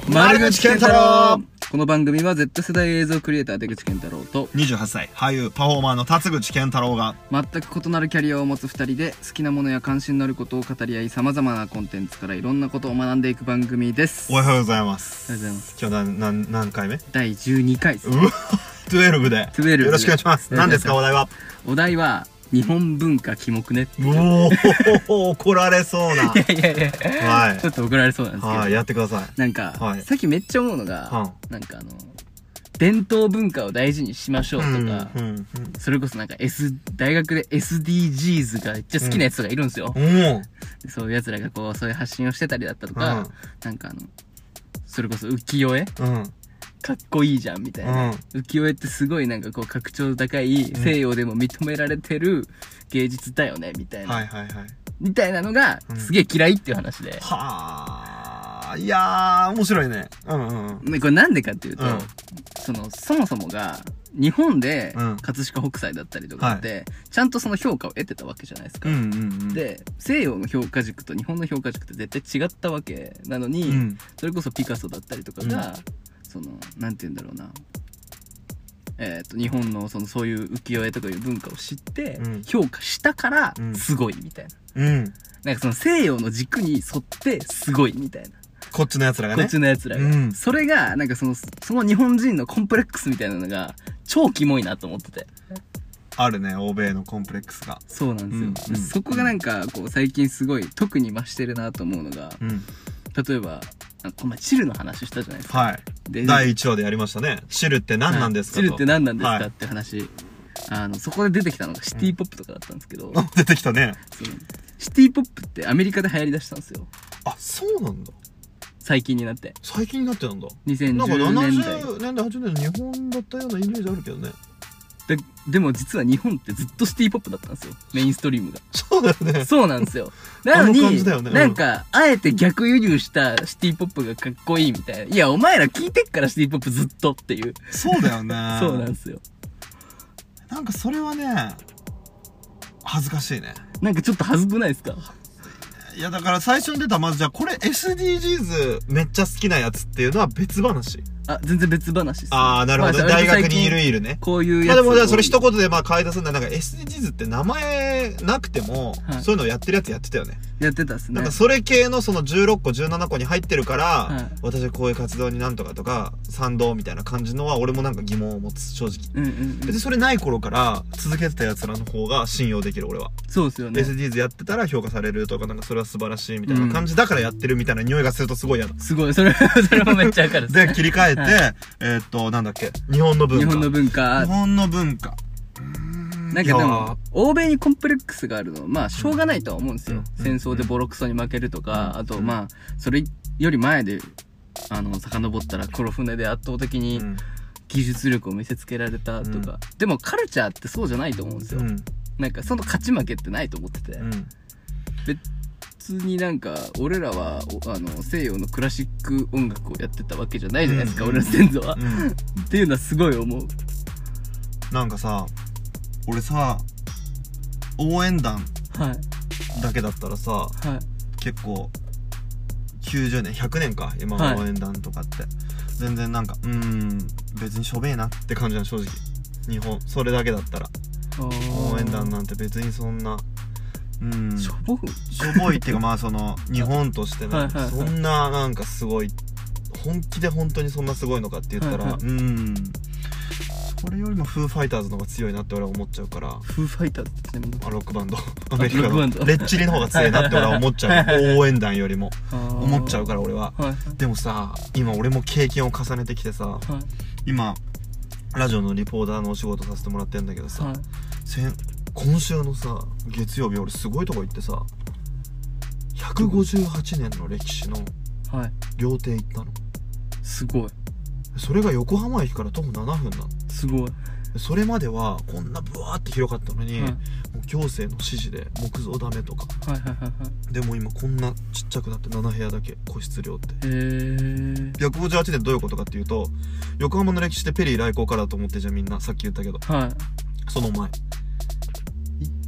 丸口健太郎。この番組は Z 世代映像クリエイター出口健太郎と 28歳俳優パフォーマーの辰口健太郎が全く異なるキャリアを持つ2人で好きなものや関心のあることを語り合い、さまざまなコンテンツからいろんなことを学んでいく番組です。 おはようございます。 おはようございます。 今日何回目？ 第12回です。 うわ12で 12 よろしくお願いします。何ですかお題は？ お題は日本文化キモくねって。 おお怒られそうな。 いやはい。 ちょっと怒られそうなんですけど、 はい、やってください。 なんか、 はい、 さっきめっちゃ思うのが、なんか伝統文化を大事にしましょうとか、それこそなんか大学で SDGs がめっちゃ好きなやつがいるんですよ。そういうやつらがこうそういう発信をしてたりだったとか、なんかそれこそ浮世絵、かっこいいじゃんみたいな、浮世絵ってすごいなんかこう格調高い、西洋でも認められてる芸術だよねみたいな、みたいなのがすげえ嫌いっていう話で、 いやー面白いね。 これなんでかっていうと、そもそもが日本で葛飾北斎だったりとかってちゃんとその評価を得てたわけじゃないですか。で西洋の評価軸と日本の評価軸って絶対違ったわけなのに、それこそピカソだったりとかが、なんて言うんだろうな、日本のそういう浮世絵とかいう文化を知って評価したからすごいみたいな、なんかその西洋の軸に沿ってすごいみたいな、 こっちの奴らがね。 こっちの奴らが。それが、なんかその日本人のコンプレックスみたいなのが、超キモいなと思ってて。 あるね、欧米のコンプレックスが。 そうなんですよ。そこがなんか、こう、最近すごい、特に増してるなと思うのが、例えば、この前、チルの話したじゃないですか。 はい。第1話でやりましたね。チルって何なんですかと。 チルって何なんですかって話。そこで出てきたのがシティポップとかだったんですけど。 出てきたね。 シティポップってアメリカで流行りだしたんですよ。 あ、そうなんだ。 最近になって。 最近になってなんだ。 2010年代。 なんか70年代、80年代日本だったようなイメージあるけどね。 でも実は日本ってずっとシティポップだったんですよ。メインストリームが。 そうだよね。 そうなんですよ。なのに、なんか、あえて逆輸入したシティポップがかっこいいみたいな。いや、お前ら聞いてっからシティポップずっとっていう。 そうだよね。 そうなんですよ。 なんかそれはね、恥ずかしいね。 なんかちょっと恥ずくないですか？ いやだから最初に出たまずじゃあこれ SDGs めっちゃ好きなやつっていうのは別話。 全然別話です、ね。 なるほど、ね。大学にいるね。 こういうやつ。 でもじゃあそれ一言で買い出すんだ。なんか SDGs って名前なくても、そういうのをやってるやつやってたよね。 やってたっすね。 なんかそれ系の16個17個に入ってるから、私はこういう活動になんとかとか賛同みたいな感じのは俺もなんか疑問を持つ、正直。別にそれない頃から続けてたやつらの方が信用できる、俺は。 そうですよね。 SDGs やってたら評価されるとか、なんかそれは素晴らしいみたいな感じだからやってるみたいな匂いがするとすごい嫌だ。 すごい、それもめっちゃわかる。 で、切り替えて、なんだっけ、日本の文化。 日本の文化。なんかでも、欧米にコンプレックスがあるのは、まあ、しょうがないとは思うんですよ。戦争でボロクソに負けるとか、あと、まあ、それより前で、遡ったら黒船で圧倒的に技術力を見せつけられたとか。でも、カルチャーってそうじゃないと思うんですよ。なんか、その勝ち負けってないと思ってて。別になんか、俺らは、西洋のクラシック音楽をやってたわけじゃないじゃないですか、俺ら先祖は。っていうのはすごい思う。 なんかさ、俺さ、応援団だけだったらさ、結構90年100年か今応援団とかって、全然なんか別にしょべえなって感じなの、正直。日本それだけだったら応援団なんて別にそんなしょぼいっていうか、まあ日本としてね、そんななんかすごい本気で本当にそんなすごいのかって言ったらこれよりもフーファイターズの方が強いなって俺は思っちゃうから。 フーファイターズってロックバンド、アメリカのレッチリの方が強いなって俺は思っちゃう。応援団よりも思っちゃうから俺は。でもさ、今俺も経験を重ねてきてさ、今ラジオのリポーターのお仕事させてもらってんだけどさ、今週のさ月曜日俺すごいとこ行ってさ、158年の歴史の料亭行ったの。 すごい。 それが横浜駅から徒歩7分なの。 すごい。 それまではこんなブワーって広かったのに、もう行政の指示で木造ダメとか、でも今こんなちっちゃくなって7部屋だけ個室料って。158年どういうことかっていうと、横浜の歴史ってペリー来航からだと思ってじゃんみんな、さっき言ったけど、その前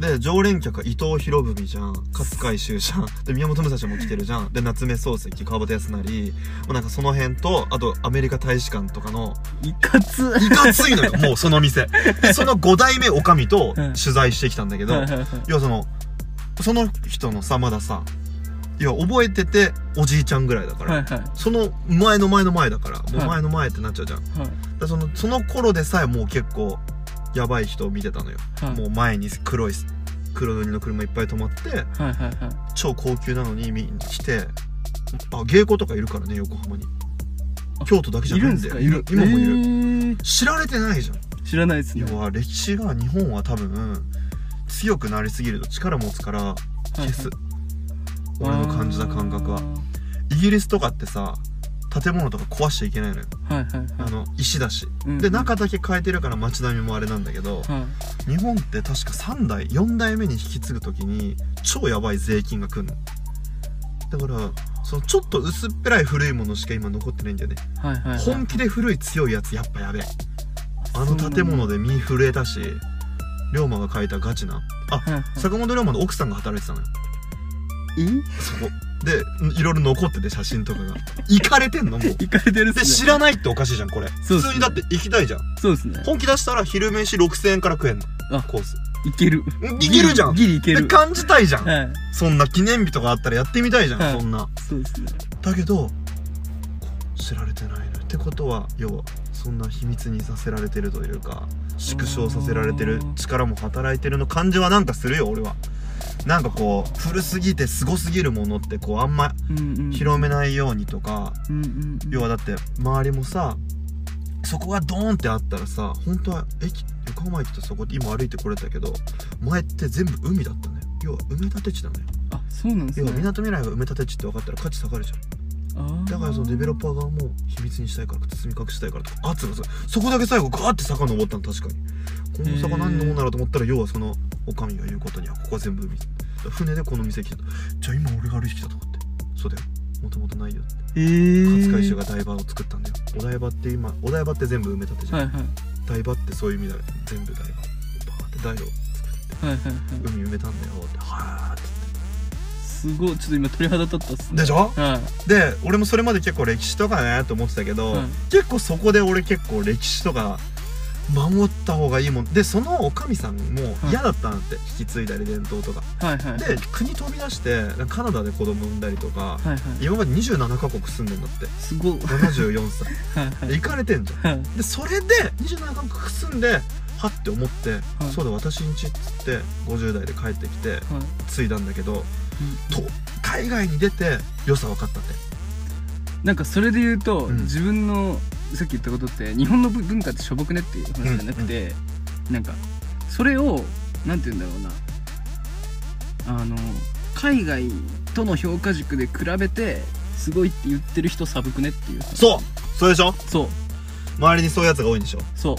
で常連客は伊藤博文じゃん、勝海舟じゃん、で宮本武蔵も来てるじゃん、で夏目漱石、川端康成、なんかその辺と、あとアメリカ大使館とかのいかついのよもうその店でその5代目女将と取材してきたんだけど、要はその人のさ、まださ、いや覚えてておじいちゃんぐらいだから、その前の前の前だから、もう前の前ってなっちゃうじゃん、だその頃でさえもう結構やばい人を見てたのよ、もう前に黒塗りの車いっぱい止まって、超高級なのに来て、芸妓とかいるからね横浜に。京都だけじゃないんだよ。今もいる。知られてないじゃん。 知らないですね。 要は歴史が、日本は多分強くなりすぎると力持つから消す、俺の感じた感覚は。イギリスとかってさ、建物とか壊しちゃいけないのよ、石だし、で中だけ変えてるから街並みもあれなんだけど、日本って確か3代4代目に引き継ぐ時に超やばい税金が来るの。だからそのちょっと薄っぺらい古いものしか今残ってないんだよね。本気で古い強いやつやっぱやべえ。あの建物で身震えたし、龍馬が書いたガチな、坂本龍馬の奥さんが働いてたのよ。そこでいろいろ残ってて、写真とかが行かれてんのもう行かれてるっすね。 で知らないっておかしいじゃんこれ。普通にだって行きたいじゃん。 そうですね。 本気出したら昼飯6000円から食えんのコース。 いけるじゃん。 ギリいける。 で感じたいじゃん、そんな記念日とかあったらやってみたいじゃん、そんな。 そうですね。 だけど知られてないのってことは、要はそんな秘密にさせられてるというか、縮小させられてる力も働いてるの感じはなんかするよ俺は。なんかこう古すぎてすごすぎるものってこうあんま広めないようにとか、要はだって周りもさ、そこがドーンってあったらさ、本当は横浜駅とそこって今歩いてこれたけど、前って全部海だったね。要は埋め立て地なのよ。 そうなんですね。 要はみなとみらいが埋め立て地って分かったら価値下がるじゃん。だからそのデベロッパー側も秘密にしたいから、包み隠したいからとか圧がさ、そこだけ最後ガーって坂登ったの。確かにこの坂何のもんだろうと思ったら、要はそのおかみが言うことにはここは全部海、船でこの店来たと。じゃあ今俺が歩いてきたとこってそうだよ、もともとないよって。勝海舟が台場を作ったんだよ。お台場って全部埋め立てじゃん、台場ってそういう意味だよ。全部台場バーって台を作って海埋めたんだよって。はーってすごい、ちょっと今鳥肌立ったっすね。 でしょ、で俺もそれまで結構歴史とかねと思ってたけど、結構そこで俺結構歴史とか守った方がいいもんで、そのおかみさんも嫌だったんだって、引き継いだり伝統とかで国飛び出してカナダで子供産んだりとか、今まで27カ国住んでんだって。 すごい。 74歳行かれてんじゃん。でそれで27カ国住んではって思って、そうだ私んちっつって50代で帰ってきて継いだんだけど、海外に出て良さ分かったって。 なんかそれで言うと、自分のさっき言ったことって、日本の文化ってしょぼくねっていう話じゃなくて、なんかそれをなんて言うんだろうな、海外との評価軸で比べてすごいって言ってる人寒くねっていう。 そうでしょ。そう周りにそういうやつが多いんでしょ。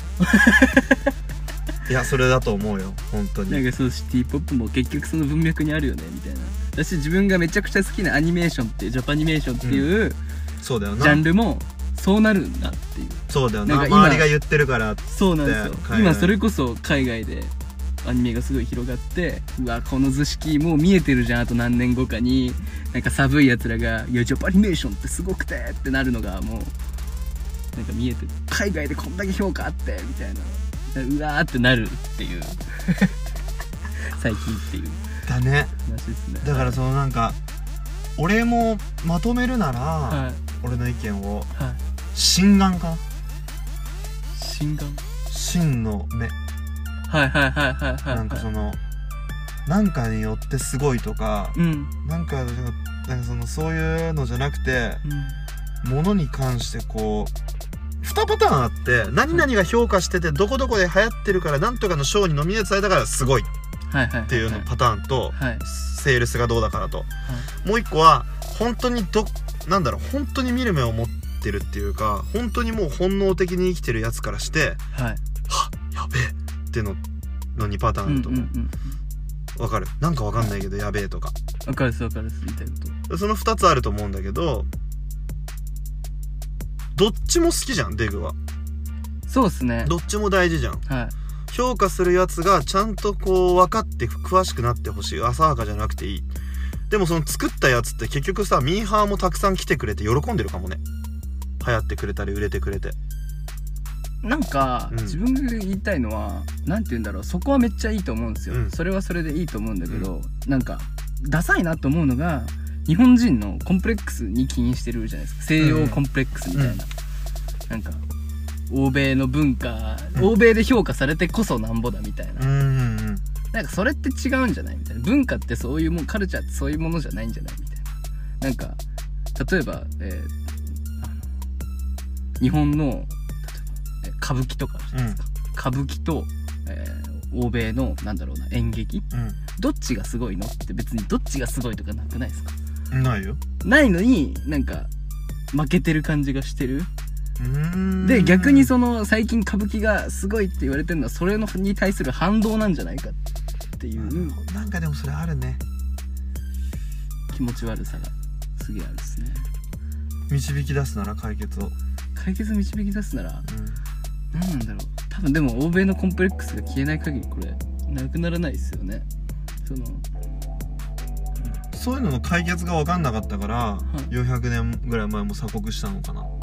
いやそれだと思うよ本当に。 なんかそう、シティポップも結局その文脈にあるよねみたいな。私自分がめちゃくちゃ好きなアニメーションっていうジャパニメーションっていう、 そうだよな、 ジャンルもそうなるんだっていう。 そうだよな、周りが言ってるからって。 そうなんですよ。今それこそ海外でアニメがすごい広がって、うわこの図式もう見えてるじゃん、あと何年後かになんか寒いやつらが「いやジャパニメーションってすごくて」ってなるのがもうなんか見えてる。海外でこんだけ評価あってみたいな、うわーってなるっていう最近っていうだね。 話ですね。 だからそのなんか俺もまとめるなら、俺の意見を、心眼かな。 心眼、 心の目。なんかそのなんかによってすごいとか、なんかそのそういうのじゃなくて、ものに関してこう2パターンあって、何々が評価しててどこどこで流行ってるからなんとかの賞にノミネートされたからすごいっていうのパターンと、セールスがどうだからと、もう一個は本当になんだろう、本当に見る目を持ってるっていうか、本当にもう本能的に生きてるやつからして、はやべえっていうの2パターンあると思う。わかる？なんかわかんないけどやべえとか。 わかるっす言いたいこと。 その2つあると思うんだけど、どっちも好きじゃんデグは。 そうっすね。 どっちも大事じゃん。 評価するやつがちゃんとこう分かって詳しくなってほしい。浅はかじゃなくていい。でもその作ったやつって結局さ、ミーハーもたくさん来てくれて喜んでるかもね。流行ってくれたり売れてくれて。 なんか、自分が言いたいのはなんて言うんだろう、そこはめっちゃいいと思うんですよ、それはそれでいいと思うんだけど、なんかダサいなと思うのが日本人のコンプレックスに起因してるじゃないですか。西洋コンプレックスみたいな、なんか欧米の文化、欧米で評価されてこそなんぼだみたいな、なんかそれって違うんじゃないみたいな。文化ってそういうもん、カルチャーってそういうものじゃないんじゃないみたいな。なんか例えば、日本の歌舞伎とかあるじゃないですか、歌舞伎と、欧米のなんだろうな演劇、どっちがすごいのって別にどっちがすごいとかなくないですか？ ないよ。 ないのになんか負けてる感じがしてる。で逆にその最近歌舞伎がすごいって言われてるのはそれのに対する反動なんじゃないかっていう、 なんかでもそれあるね。 気持ち悪さがすげえあるですね。 導き出すなら解決導き出すなら、何なんだろう。多分でも欧米のコンプレックスが消えない限りこれなくならないですよね。 そういうのの解決が分かんなかったから、400年ぐらい前も鎖国したのかな。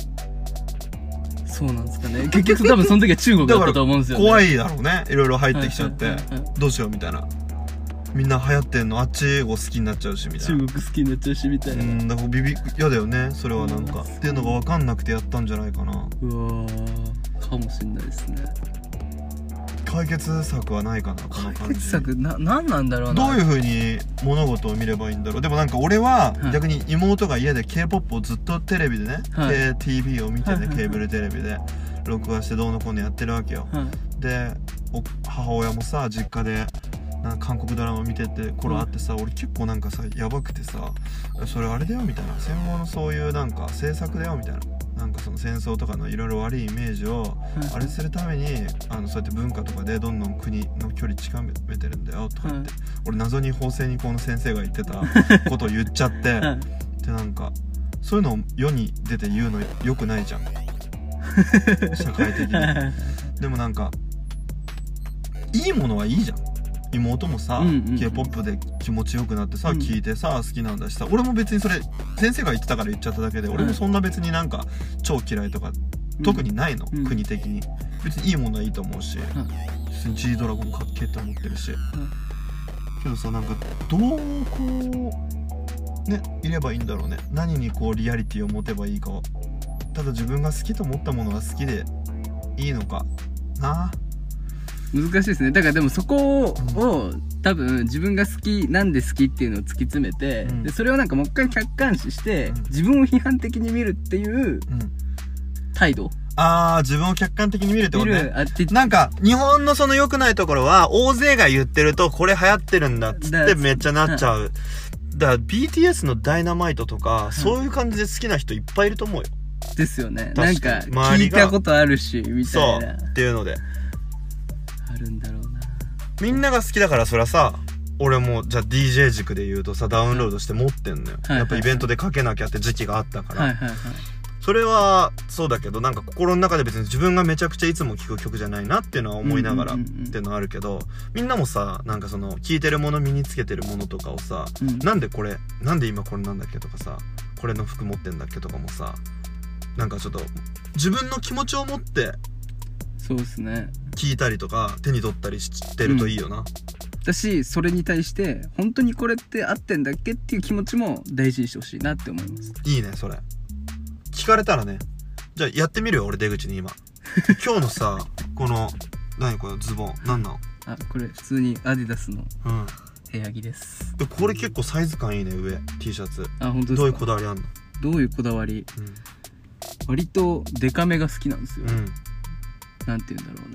そうなんですかね。結局多分その時は中国だったと思うんですよね。 怖いだろうね。いろいろ入ってきちゃってどうしようみたいな。みんな流行ってんのあっちを好きになっちゃうしみたいな。 中国好きになっちゃうしみたいな。 だから嫌だよねそれは。なんかっていうのが分かんなくてやったんじゃないかな。 うわー、かもしんないですね。 解決策はないかな、この感じ。 解決策なんなんだろうな。 どういう風に物事を見ればいいんだろう。でもなんか俺は逆に妹が家で K-POP をずっとテレビでね、TV を見てね、ケーブルテレビで録画してどうのこうのやってるわけよ、で母親もさ実家でなんか韓国ドラマ見てて頃あってさ、俺結構なんかさやばくてさ、それあれだよみたいな、戦後のそういうなんか政策だよみたいな、なんかその戦争とかのいろいろ悪いイメージをあれするためにそうやって文化とかでどんどん国の距離近めてるんだよとか言って、俺謎に法制二高の先生が言ってたことを言っちゃってでなんかそういうのを世に出て言うのよくないじゃん社会的に。でもなんかいいものはいいじゃん。妹もさ、K-POP で気持ちよくなってさ、聞いてさ好きなんだしさ、俺も別にそれ先生が言ってたから言っちゃっただけで、俺もそんな別になんか超嫌いとか特にないの、国的に別にいいものはいいと思うし、G ドラゴンかっけえって思ってるし、けどさなんかどうこうねいればいいんだろうね。何にこうリアリティを持てばいいかを。ただ自分が好きと思ったものが好きでいいのかな。 難しいですね。だからでもそこを、多分自分が好きなんで好きっていうのを突き詰めて、でそれをなんかもう一回客観視して、自分を批判的に見るっていう態度、 自分を客観的に見るってことね。なんか日本のその良くないところは大勢が言ってるとこれ流行ってるんだっつってめっちゃなっちゃう。だから BTS のダイナマイトとか、そういう感じで好きな人いっぱいいると思うよ。 ですよね。なんか聞いたことあるしみたいな。 そうっていうのであるんだろうな。 みんなが好きだからそりゃさ、俺もじゃあ DJ 軸で言うとさダウンロードして持ってんのよ、やっぱイベントでかけなきゃって時期があったから、それはそうだけど、なんか心の中で別に自分がめちゃくちゃいつも聴く曲じゃないなっていうのは思いながらっていうのはあるけど、みんなもさなんかその聴いてるもの身につけてるものとかをさ、なんで今これなんだっけとかさ、これの服持ってんだっけとかもさ、なんかちょっと自分の気持ちを持ってそうですね聞いたりとか手に取ったりしてるといいよな、 だしそれに対して本当にこれって合ってんだっけっていう気持ちも大事にしてほしいなって思います。 いいねそれ。聞かれたらね、じゃあやってみるよ俺出口に今今日のさこの何これズボン何なの？ これ普通にアディダスの部屋着です。 これ結構サイズ感いいね上 T シャツ。 本当ですか？ どういうこだわりあんの？ どういうこだわり、割とデカめが好きなんですよ、なんて言うんだろうな、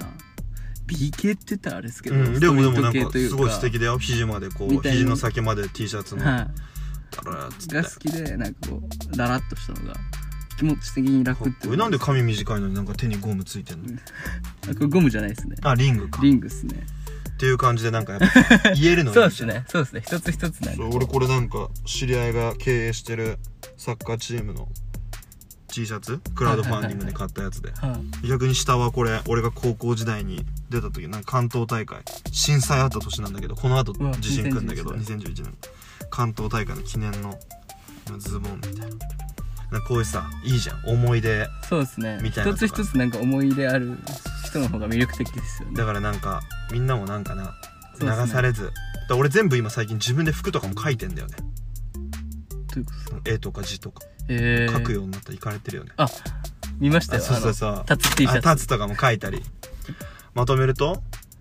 B 系って言ったらあれですけど、 でもなんかすごい素敵だよ。肘までこう肘の先まで T シャツのが好きで、なんかこうダラッとしたのが気持ち的に楽っていう。 なんで髪短いのになんか手にゴムついてんの？ これゴムじゃないですね。 リングか。 リングっすねっていう感じでなんかやっぱ言えるのそうですねそうですね、一つ一つなんか俺これなんか知り合いが経営してるサッカーチームの T シャツクラウドファンディングで買ったやつで、逆に下はこれ俺が高校時代に出た時なんか関東大会震災あった年なんだけど、この後地震来るんだけど、2011年関東大会の記念のズボンみたいな、なんかこういうさ、いいじゃん、思い出。 そうですね、 みたいな一つ一つなんか思い出ある人の方が魅力的ですよね。 だからなんかみんなもなんかな、 そうですね流されず、だ俺全部今最近自分で服とかも描いてんだよね。 どういうことですか？ 絵とか字とか描くようになったらいかれてるよね。 あ、見ましたよ。 そうそうそう、 タツ T シャツ、 タツとかも描いたり。まとめると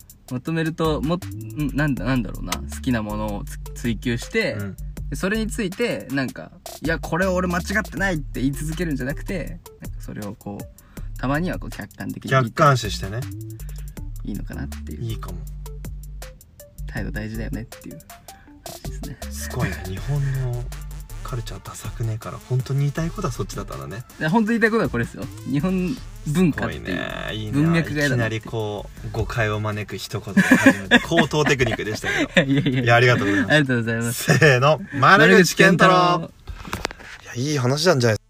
なんだろうな、好きなものを追求して、それについてなんか、いやこれ俺間違ってないって言い続けるんじゃなくて、なんかそれをこうたまにはこう客観的に客観視してね、 いいのかなっていう。 いいかも。 態度大事だよねっていう話ですね。 すごいね、日本のカルチャーダサくねえから、本当に言いたいことはそっちだったんだね。 いや本当に言いたいことはこれですよ。日本文化っていう文脈がいきなりこう誤解を招く一言で始めて高等テクニックでしたけどいやありがとうございます。 ありがとうございます。 せーの、丸口健太郎。いや、いい話なんじゃない